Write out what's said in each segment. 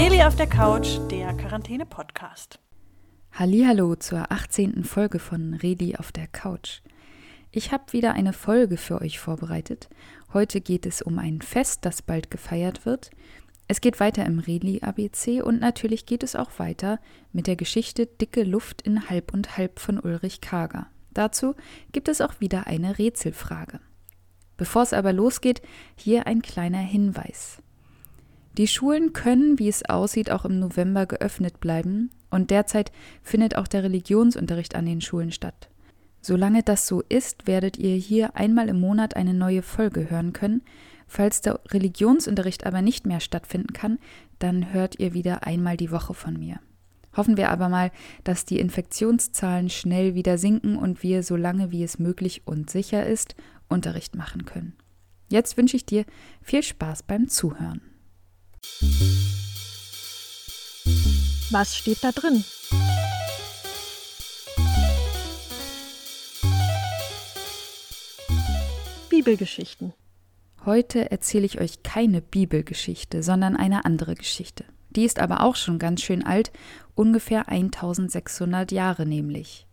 Reli auf der Couch, der Quarantäne-Podcast. Hallihallo zur 18. Folge von Reli auf der Couch. Ich habe wieder eine Folge für euch vorbereitet. Heute geht es um ein Fest, das bald gefeiert wird. Es geht weiter im Reli-ABC und natürlich geht es auch weiter mit der Geschichte Dicke Luft in Halb und Halb von Ulrich Karger. Dazu gibt es auch wieder eine Rätselfrage. Bevor es aber losgeht, hier ein kleiner Hinweis. Die Schulen können, wie es aussieht, auch im November geöffnet bleiben und derzeit findet auch der Religionsunterricht an den Schulen statt. Solange das so ist, werdet ihr hier einmal im Monat eine neue Folge hören können. Falls der Religionsunterricht aber nicht mehr stattfinden kann, dann hört ihr wieder einmal die Woche von mir. Hoffen wir aber mal, dass die Infektionszahlen schnell wieder sinken und wir, solange wie es möglich und sicher ist, Unterricht machen können. Jetzt wünsche ich dir viel Spaß beim Zuhören. Was steht da drin? Bibelgeschichten. Heute erzähle ich euch keine Bibelgeschichte, sondern eine andere Geschichte. Die ist aber auch schon ganz schön alt, ungefähr 1600 Jahre nämlich.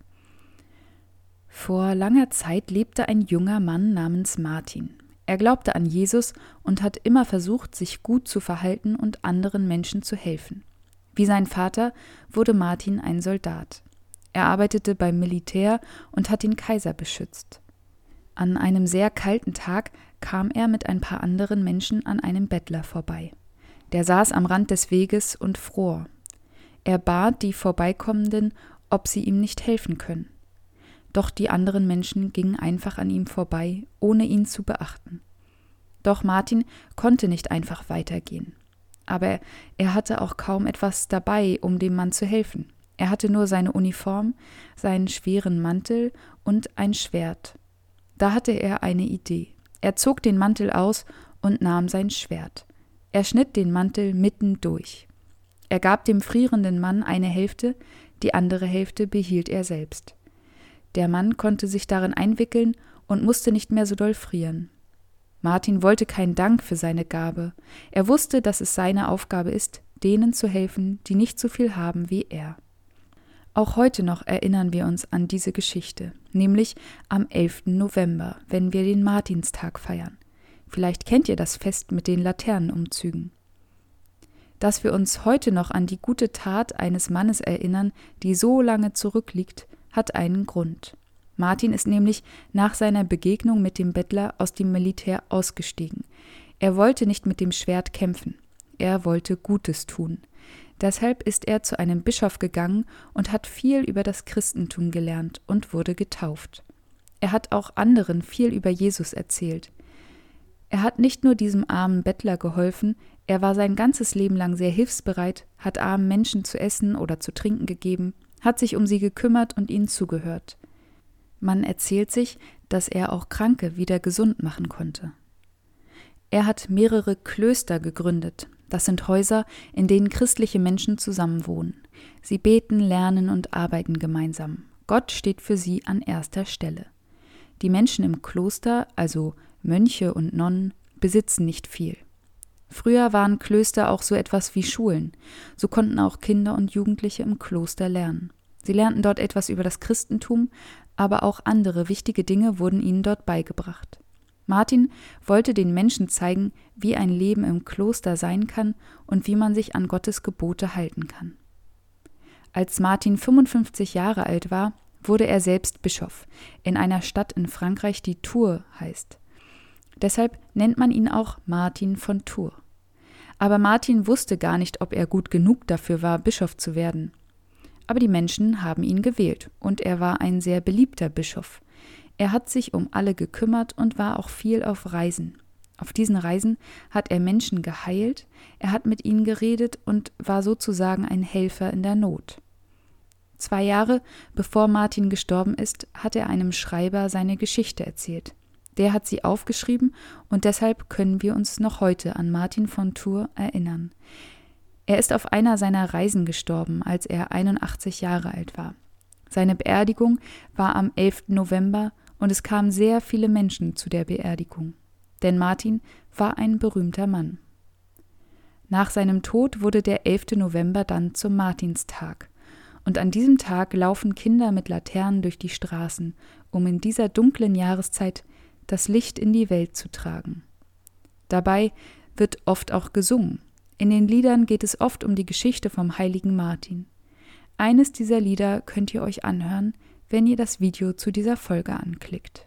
Vor langer Zeit lebte ein junger Mann namens Martin. Er glaubte an Jesus und hat immer versucht, sich gut zu verhalten und anderen Menschen zu helfen. Wie sein Vater wurde Martin ein Soldat. Er arbeitete beim Militär und hat den Kaiser beschützt. An einem sehr kalten Tag kam er mit ein paar anderen Menschen an einem Bettler vorbei. Der saß am Rand des Weges und fror. Er bat die Vorbeikommenden, ob sie ihm nicht helfen können. Doch die anderen Menschen gingen einfach an ihm vorbei, ohne ihn zu beachten. Doch Martin konnte nicht einfach weitergehen. Aber er hatte auch kaum etwas dabei, um dem Mann zu helfen. Er hatte nur seine Uniform, seinen schweren Mantel und ein Schwert. Da hatte er eine Idee. Er zog den Mantel aus und nahm sein Schwert. Er schnitt den Mantel mitten durch. Er gab dem frierenden Mann eine Hälfte, die andere Hälfte behielt er selbst. Der Mann konnte sich darin einwickeln und musste nicht mehr so doll frieren. Martin wollte keinen Dank für seine Gabe. Er wusste, dass es seine Aufgabe ist, denen zu helfen, die nicht so viel haben wie er. Auch heute noch erinnern wir uns an diese Geschichte, nämlich am 11. November, wenn wir den Martinstag feiern. Vielleicht kennt ihr das Fest mit den Laternenumzügen. Dass wir uns heute noch an die gute Tat eines Mannes erinnern, die so lange zurückliegt, hat einen Grund. Martin ist nämlich nach seiner Begegnung mit dem Bettler aus dem Militär ausgestiegen. Er wollte nicht mit dem Schwert kämpfen. Er wollte Gutes tun. Deshalb ist er zu einem Bischof gegangen und hat viel über das Christentum gelernt und wurde getauft. Er hat auch anderen viel über Jesus erzählt. Er hat nicht nur diesem armen Bettler geholfen, er war sein ganzes Leben lang sehr hilfsbereit, hat armen Menschen zu essen oder zu trinken gegeben, hat sich um sie gekümmert und ihnen zugehört. Man erzählt sich, dass er auch Kranke wieder gesund machen konnte. Er hat mehrere Klöster gegründet. Das sind Häuser, in denen christliche Menschen zusammenwohnen. Sie beten, lernen und arbeiten gemeinsam. Gott steht für sie an erster Stelle. Die Menschen im Kloster, also Mönche und Nonnen, besitzen nicht viel. Früher waren Klöster auch so etwas wie Schulen. So konnten auch Kinder und Jugendliche im Kloster lernen. Sie lernten dort etwas über das Christentum, aber auch andere wichtige Dinge wurden ihnen dort beigebracht. Martin wollte den Menschen zeigen, wie ein Leben im Kloster sein kann und wie man sich an Gottes Gebote halten kann. Als Martin 55 Jahre alt war, wurde er selbst Bischof in einer Stadt in Frankreich, die Tours heißt. Deshalb nennt man ihn auch Martin von Tours. Aber Martin wusste gar nicht, ob er gut genug dafür war, Bischof zu werden. Aber die Menschen haben ihn gewählt und er war ein sehr beliebter Bischof. Er hat sich um alle gekümmert und war auch viel auf Reisen. Auf diesen Reisen hat er Menschen geheilt, er hat mit ihnen geredet und war sozusagen ein Helfer in der Not. 2 Jahre bevor Martin gestorben ist, hat er einem Schreiber seine Geschichte erzählt. Der hat sie aufgeschrieben und deshalb können wir uns noch heute an Martin von Tours erinnern. Er ist auf einer seiner Reisen gestorben, als er 81 Jahre alt war. Seine Beerdigung war am 11. November und es kamen sehr viele Menschen zu der Beerdigung. Denn Martin war ein berühmter Mann. Nach seinem Tod wurde der 11. November dann zum Martinstag. Und an diesem Tag laufen Kinder mit Laternen durch die Straßen, um in dieser dunklen Jahreszeit das Licht in die Welt zu tragen. Dabei wird oft auch gesungen. In den Liedern geht es oft um die Geschichte vom heiligen Martin. Eines dieser Lieder könnt ihr euch anhören, wenn ihr das Video zu dieser Folge anklickt.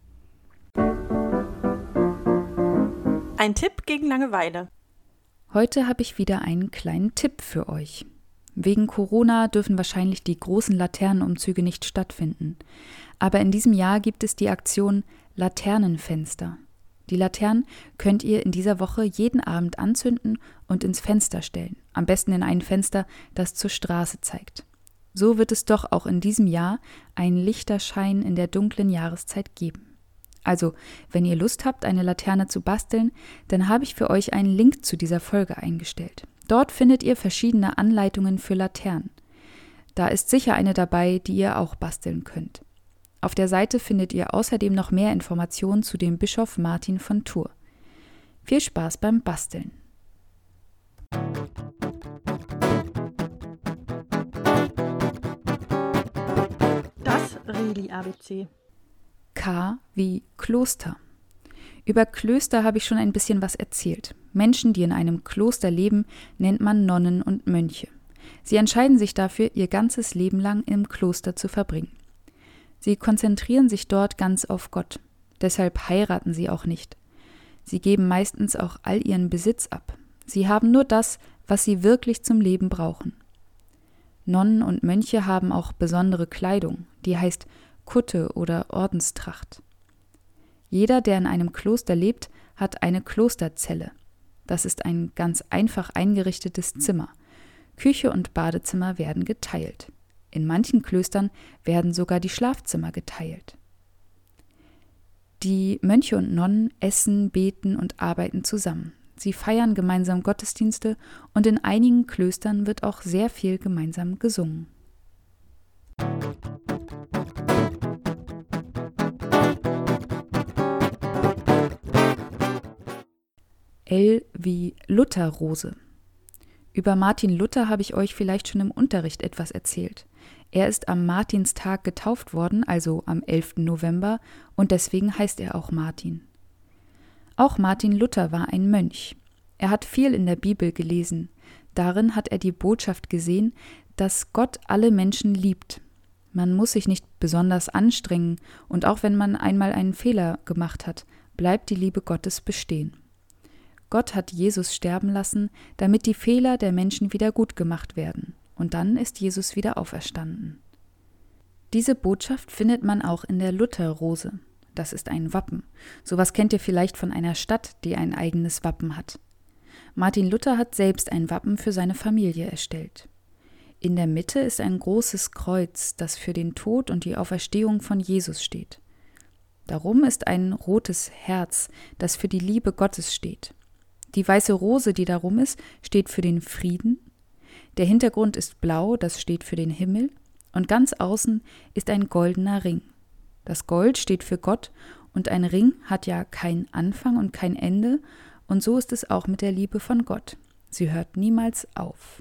Ein Tipp gegen Langeweile. Heute habe ich wieder einen kleinen Tipp für euch. Wegen Corona dürfen wahrscheinlich die großen Laternenumzüge nicht stattfinden. Aber in diesem Jahr gibt es die Aktion Laternenfenster. Die Laternen könnt ihr in dieser Woche jeden Abend anzünden und ins Fenster stellen. Am besten in ein Fenster, das zur Straße zeigt. So wird es doch auch in diesem Jahr einen Lichterschein in der dunklen Jahreszeit geben. Also, wenn ihr Lust habt, eine Laterne zu basteln, dann habe ich für euch einen Link zu dieser Folge eingestellt. Dort findet ihr verschiedene Anleitungen für Laternen. Da ist sicher eine dabei, die ihr auch basteln könnt. Auf der Seite findet ihr außerdem noch mehr Informationen zu dem Bischof Martin von Tours. Viel Spaß beim Basteln! Das Reli-ABC. K wie Kloster. Über Klöster habe ich schon ein bisschen was erzählt. Menschen, die in einem Kloster leben, nennt man Nonnen und Mönche. Sie entscheiden sich dafür, ihr ganzes Leben lang im Kloster zu verbringen. Sie konzentrieren sich dort ganz auf Gott. Deshalb heiraten sie auch nicht. Sie geben meistens auch all ihren Besitz ab. Sie haben nur das, was sie wirklich zum Leben brauchen. Nonnen und Mönche haben auch besondere Kleidung, die heißt Kutte oder Ordenstracht. Jeder, der in einem Kloster lebt, hat eine Klosterzelle. Das ist ein ganz einfach eingerichtetes Zimmer. Küche und Badezimmer werden geteilt. In manchen Klöstern werden sogar die Schlafzimmer geteilt. Die Mönche und Nonnen essen, beten und arbeiten zusammen. Sie feiern gemeinsam Gottesdienste und in einigen Klöstern wird auch sehr viel gemeinsam gesungen. L wie Lutherrose. Über Martin Luther habe ich euch vielleicht schon im Unterricht etwas erzählt. Er ist am Martinstag getauft worden, also am 11. November, und deswegen heißt er auch Martin. Auch Martin Luther war ein Mönch. Er hat viel in der Bibel gelesen. Darin hat er die Botschaft gesehen, dass Gott alle Menschen liebt. Man muss sich nicht besonders anstrengen, und auch wenn man einmal einen Fehler gemacht hat, bleibt die Liebe Gottes bestehen. Gott hat Jesus sterben lassen, damit die Fehler der Menschen wieder gut gemacht werden. Und dann ist Jesus wieder auferstanden. Diese Botschaft findet man auch in der Lutherrose. Das ist ein Wappen. Sowas kennt ihr vielleicht von einer Stadt, die ein eigenes Wappen hat. Martin Luther hat selbst ein Wappen für seine Familie erstellt. In der Mitte ist ein großes Kreuz, das für den Tod und die Auferstehung von Jesus steht. Darum ist ein rotes Herz, das für die Liebe Gottes steht. Die weiße Rose, die darum ist, steht für den Frieden. Der Hintergrund ist blau, das steht für den Himmel. Und ganz außen ist ein goldener Ring. Das Gold steht für Gott und ein Ring hat ja keinen Anfang und kein Ende. Und so ist es auch mit der Liebe von Gott. Sie hört niemals auf.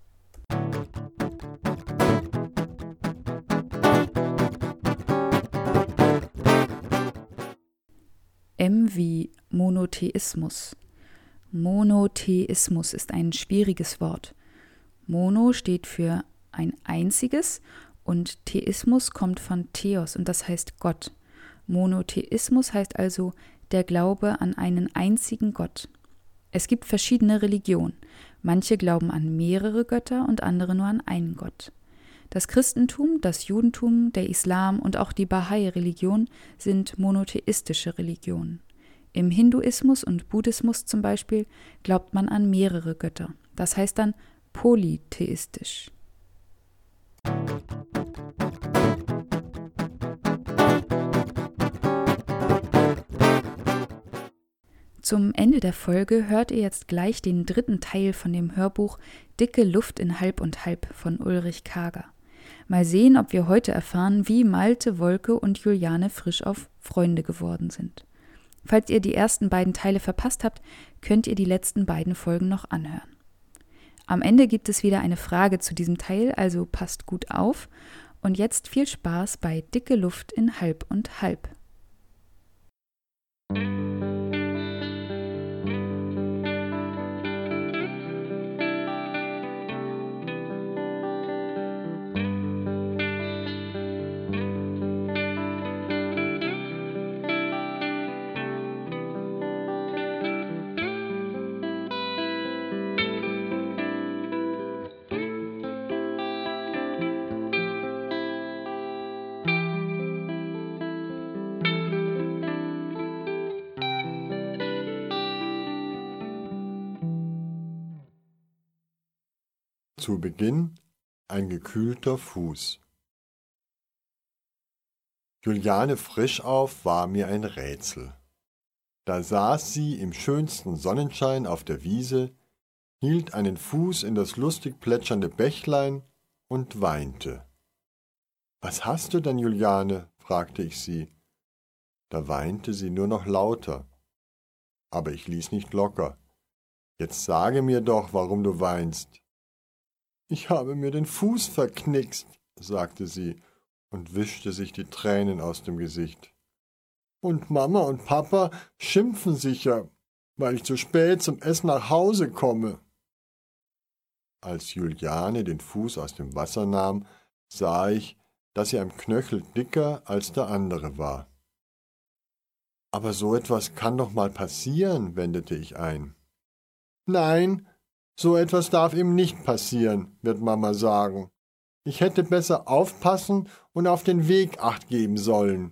M wie Monotheismus. Monotheismus ist ein schwieriges Wort. Mono steht für ein einziges und Theismus kommt von Theos und das heißt Gott. Monotheismus heißt also der Glaube an einen einzigen Gott. Es gibt verschiedene Religionen. Manche glauben an mehrere Götter und andere nur an einen Gott. Das Christentum, das Judentum, der Islam und auch die Bahai-Religion sind monotheistische Religionen. Im Hinduismus und Buddhismus zum Beispiel glaubt man an mehrere Götter. Das heißt dann polytheistisch. Zum Ende der Folge hört ihr jetzt gleich den dritten Teil von dem Hörbuch Dicke Luft in Halb und Halb von Ulrich Kager. Mal sehen, ob wir heute erfahren, wie Malte, Wolke und Juliane Frischhoff Freunde geworden sind. Falls ihr die ersten beiden Teile verpasst habt, könnt ihr die letzten beiden Folgen noch anhören. Am Ende gibt es wieder eine Frage zu diesem Teil, also passt gut auf. Und jetzt viel Spaß bei Dicke Luft in Halb und Halb. Zu Beginn ein gekühlter Fuß. Juliane Frischauf war mir ein Rätsel. Da saß sie im schönsten Sonnenschein auf der Wiese, hielt einen Fuß in das lustig plätschernde Bächlein und weinte. »Was hast du denn, Juliane?« fragte ich sie. Da weinte sie nur noch lauter. Aber ich ließ nicht locker. »Jetzt sage mir doch, warum du weinst.« »Ich habe mir den Fuß verknickst«, sagte sie und wischte sich die Tränen aus dem Gesicht. »Und Mama und Papa schimpfen sicher, weil ich zu spät zum Essen nach Hause komme.« Als Juliane den Fuß aus dem Wasser nahm, sah ich, dass sie ein Knöchel dicker als der andere war. »Aber so etwas kann doch mal passieren«, wendete ich ein. »Nein, so etwas darf ihm nicht passieren«, wird Mama sagen. »Ich hätte besser aufpassen und auf den Weg Acht geben sollen.«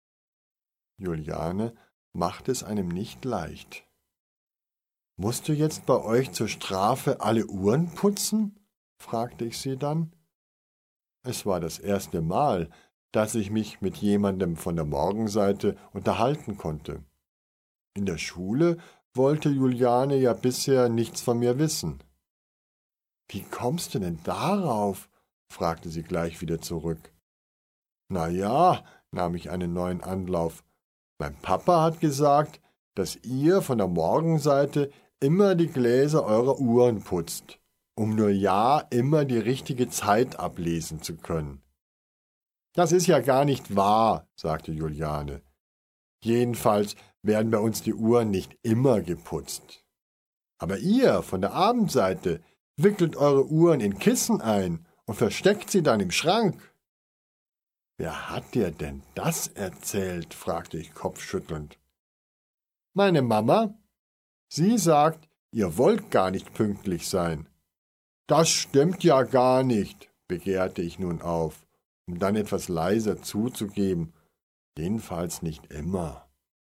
Juliane macht es einem nicht leicht. »Musst du jetzt bei euch zur Strafe alle Uhren putzen?« fragte ich sie dann. Es war das erste Mal, dass ich mich mit jemandem von der Morgenseite unterhalten konnte. In der Schule wollte Juliane ja bisher nichts von mir wissen. »Wie kommst du denn darauf?« fragte sie gleich wieder zurück. »Na ja«, nahm ich einen neuen Anlauf, »mein Papa hat gesagt, dass ihr von der Morgenseite immer die Gläser eurer Uhren putzt, um nur ja immer die richtige Zeit ablesen zu können.« »Das ist ja gar nicht wahr«, sagte Juliane. »Jedenfalls werden bei uns die Uhren nicht immer geputzt. Aber ihr von der Abendseite wickelt eure Uhren in Kissen ein und versteckt sie dann im Schrank.« »Wer hat dir denn das erzählt?« fragte ich kopfschüttelnd. »Meine Mama. Sie sagt, ihr wollt gar nicht pünktlich sein.« »Das stimmt ja gar nicht«, begehrte ich nun auf, um dann etwas leiser zuzugeben, jedenfalls nicht immer.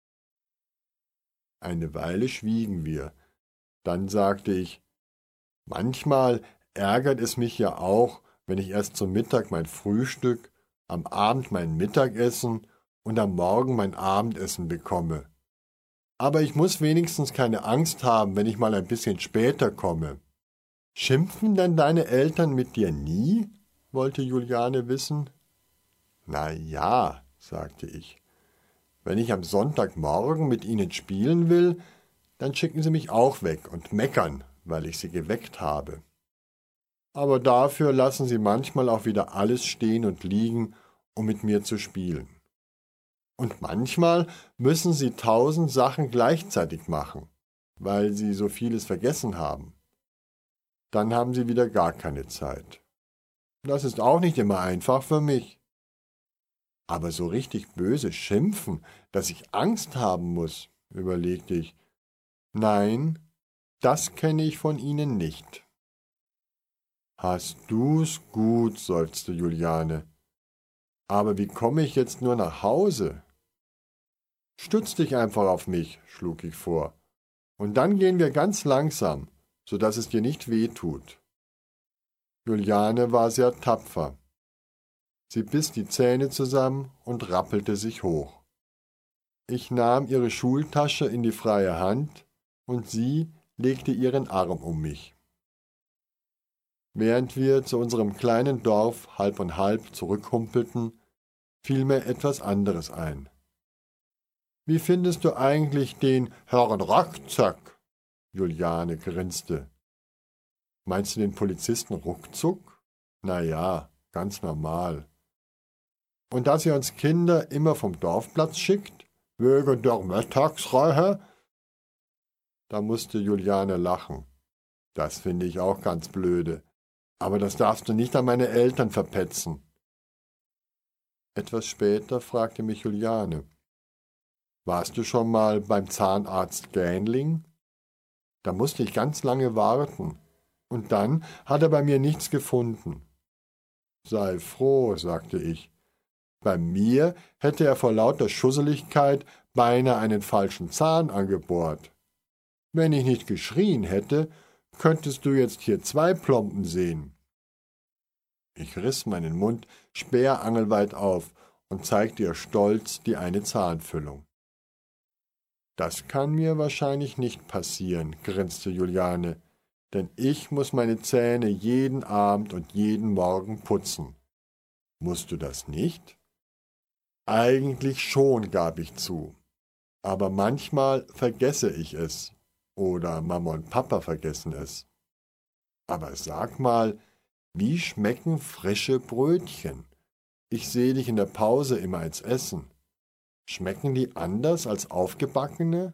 Eine Weile schwiegen wir. Dann sagte ich, »Manchmal ärgert es mich ja auch, wenn ich erst zum Mittag mein Frühstück, am Abend mein Mittagessen und am Morgen mein Abendessen bekomme. Aber ich muss wenigstens keine Angst haben, wenn ich mal ein bisschen später komme.« »Schimpfen denn deine Eltern mit dir nie?« wollte Juliane wissen. »Na ja«, sagte ich. »Wenn ich am Sonntagmorgen mit ihnen spielen will, dann schicken sie mich auch weg und meckern, weil ich sie geweckt habe. Aber dafür lassen sie manchmal auch wieder alles stehen und liegen, um mit mir zu spielen. Und manchmal müssen sie 1000 Sachen gleichzeitig machen, weil sie so vieles vergessen haben. Dann haben sie wieder gar keine Zeit. Das ist auch nicht immer einfach für mich. Aber so richtig böse schimpfen, dass ich Angst haben muss«, überlegte ich. »Nein, das kenne ich von ihnen nicht.« »Hast du's gut«, seufzte Juliane. »Aber wie komme ich jetzt nur nach Hause?« »Stütz dich einfach auf mich«, schlug ich vor. »Und dann gehen wir ganz langsam, so dass es dir nicht weh tut.« Juliane war sehr tapfer. Sie biss die Zähne zusammen und rappelte sich hoch. Ich nahm ihre Schultasche in die freie Hand und sie legte ihren Arm um mich. Während wir zu unserem kleinen Dorf halb und halb zurückhumpelten, fiel mir etwas anderes ein. »Wie findest du eigentlich den Herrn Rackzack?« Juliane grinste. Meinst du den Polizisten ruckzuck? Na ja, ganz normal. Und dass ihr uns Kinder immer vom Dorfplatz schickt, wegen der Mittagsreihe? Da musste Juliane lachen. Das finde ich auch ganz blöde. Aber das darfst du nicht an meine Eltern verpetzen. Etwas später fragte mich Juliane: Warst du schon mal beim Zahnarzt Gähnling? Da musste ich ganz lange warten. Und dann hat er bei mir nichts gefunden. Sei froh, sagte ich. Bei mir hätte er vor lauter Schusseligkeit beinahe einen falschen Zahn angebohrt. Wenn ich nicht geschrien hätte, könntest du jetzt hier 2 Plomben sehen. Ich riss meinen Mund sperrangelweit auf und zeigte ihr stolz die eine Zahnfüllung. Das kann mir wahrscheinlich nicht passieren, grinste Juliane, denn ich muss meine Zähne jeden Abend und jeden Morgen putzen. Musst du das nicht? Eigentlich schon, gab ich zu. Aber manchmal vergesse ich es. Oder Mama und Papa vergessen es. Aber sag mal, wie schmecken frische Brötchen? Ich sehe dich in der Pause immer eins essen. Schmecken die anders als aufgebackene?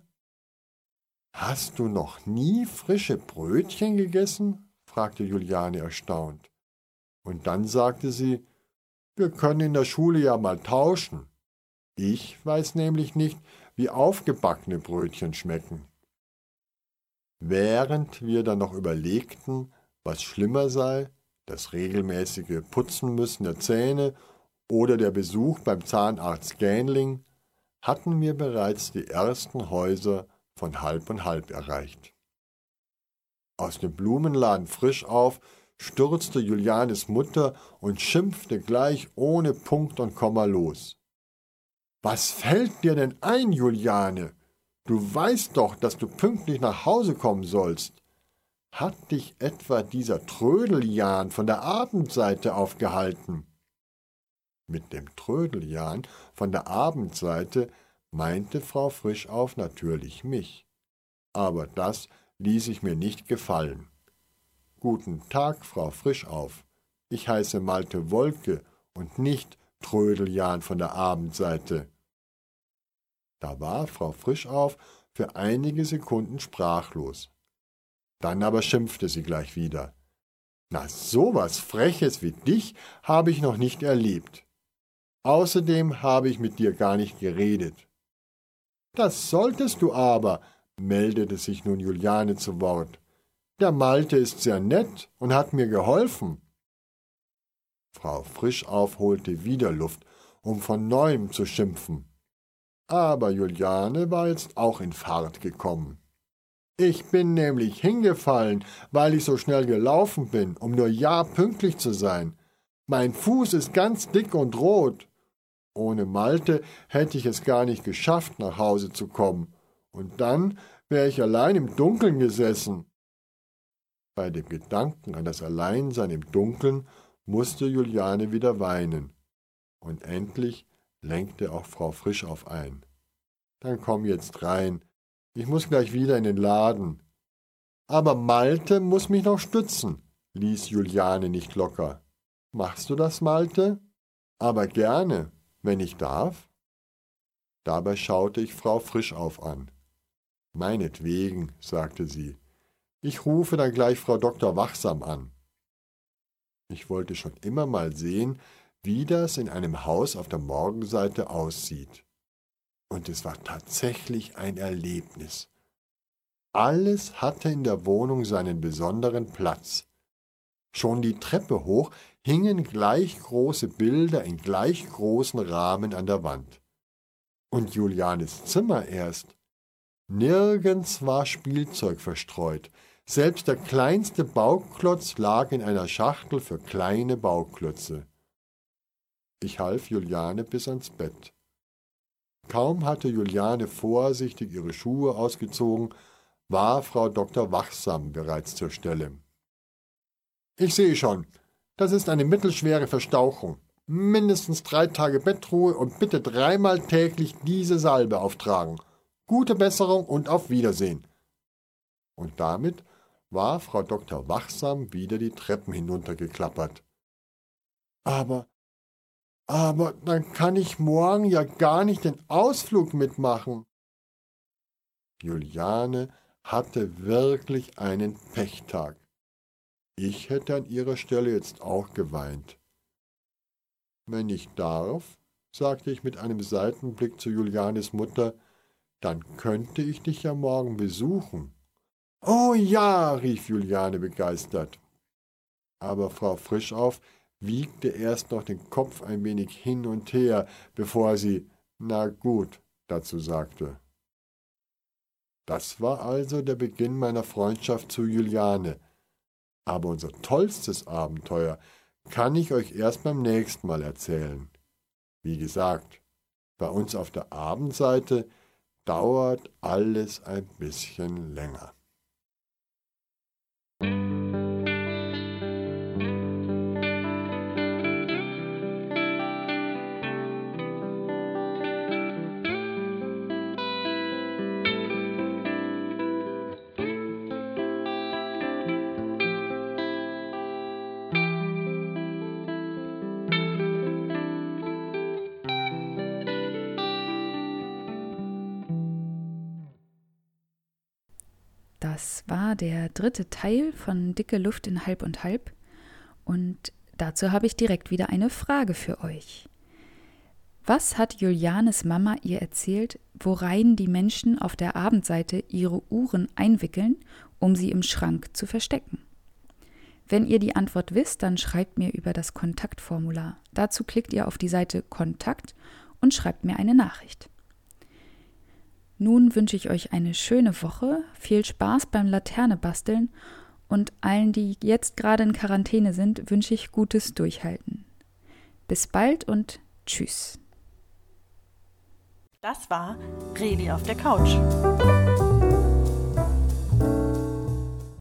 Hast du noch nie frische Brötchen gegessen? Fragte Juliane erstaunt. Und dann sagte sie: Wir können in der Schule ja mal tauschen. Ich weiß nämlich nicht, wie aufgebackene Brötchen schmecken. Während wir dann noch überlegten, was schlimmer sei, das regelmäßige Putzen müssen der Zähne oder der Besuch beim Zahnarzt Gähnling, hatten wir bereits die ersten Häuser von Halb und Halb erreicht. Aus dem Blumenladen Frischauf stürzte Julianes Mutter und schimpfte gleich ohne Punkt und Komma los. »Was fällt dir denn ein, Juliane? Du weißt doch, dass du pünktlich nach Hause kommen sollst. Hat dich etwa dieser Trödeljan von der Abendseite aufgehalten?« Mit dem Trödeljan von der Abendseite meinte Frau Frischauf natürlich mich. Aber das ließ ich mir nicht gefallen. »Guten Tag, Frau Frischauf. Ich heiße Malte Wolke und nicht Trödeljan von der Abendseite.« Da war Frau Frischauf für einige Sekunden sprachlos. Dann aber schimpfte sie gleich wieder. »Na, sowas Freches wie dich habe ich noch nicht erlebt. Außerdem habe ich mit dir gar nicht geredet.« »Das solltest du aber«, meldete sich nun Juliane zu Wort. »Der Malte ist sehr nett und hat mir geholfen.« Frau Frischauf holte wieder Luft, um von neuem zu schimpfen. Aber Juliane war jetzt auch in Fahrt gekommen. »Ich bin nämlich hingefallen, weil ich so schnell gelaufen bin, um nur ja pünktlich zu sein. Mein Fuß ist ganz dick und rot. Ohne Malte hätte ich es gar nicht geschafft, nach Hause zu kommen. Und dann wäre ich allein im Dunkeln gesessen.« Bei dem Gedanken an das Alleinsein im Dunkeln musste Juliane wieder weinen. Und endlich lenkte auch Frau Frischauf ein. »Dann komm jetzt rein. Ich muss gleich wieder in den Laden.« »Aber Malte muss mich noch stützen«, ließ Juliane nicht locker. »Machst du das, Malte?« »Aber gerne, wenn ich darf.« Dabei schaute ich Frau Frischauf an. »Meinetwegen«, sagte sie. »Ich rufe dann gleich Frau Dr. Wachsam an.« Ich wollte schon immer mal sehen, wie das in einem Haus auf der Morgenseite aussieht. Und es war tatsächlich ein Erlebnis. Alles hatte in der Wohnung seinen besonderen Platz. Schon die Treppe hoch hingen gleich große Bilder in gleich großen Rahmen an der Wand. Und Julianes Zimmer erst. Nirgends war Spielzeug verstreut. Selbst der kleinste Bauklotz lag in einer Schachtel für kleine Bauklötze. Ich half Juliane bis ans Bett. Kaum hatte Juliane vorsichtig ihre Schuhe ausgezogen, war Frau Dr. Wachsam bereits zur Stelle. »Ich sehe schon, das ist eine mittelschwere Verstauchung. Mindestens 3 Tage Bettruhe und bitte 3-mal täglich diese Salbe auftragen. Gute Besserung und auf Wiedersehen.« Und damit war Frau Dr. Wachsam wieder die Treppen hinuntergeklappert. Aber dann kann ich morgen ja gar nicht den Ausflug mitmachen. Juliane hatte wirklich einen Pechtag. Ich hätte an ihrer Stelle jetzt auch geweint. Wenn ich darf, sagte ich mit einem Seitenblick zu Julianes Mutter, dann könnte ich dich ja morgen besuchen. »Oh ja«, rief Juliane begeistert. Aber Frau Frischauf wiegte erst noch den Kopf ein wenig hin und her, bevor sie »na gut« dazu sagte. Das war also der Beginn meiner Freundschaft zu Juliane. Aber unser tollstes Abenteuer kann ich euch erst beim nächsten Mal erzählen. Wie gesagt, bei uns auf der Abendseite dauert alles ein bisschen länger. Das war der 3. Teil von Dicke Luft in Halb und Halb und dazu habe ich direkt wieder eine Frage für euch. Was hat Julianes Mama ihr erzählt, worein die Menschen auf der Abendseite ihre Uhren einwickeln, um sie im Schrank zu verstecken? Wenn ihr die Antwort wisst, dann schreibt mir über das Kontaktformular. Dazu klickt ihr auf die Seite Kontakt und schreibt mir eine Nachricht. Nun wünsche ich euch eine schöne Woche, viel Spaß beim Laterne-Basteln und allen, die jetzt gerade in Quarantäne sind, wünsche ich gutes Durchhalten. Bis bald und tschüss. Das war Reli auf der Couch.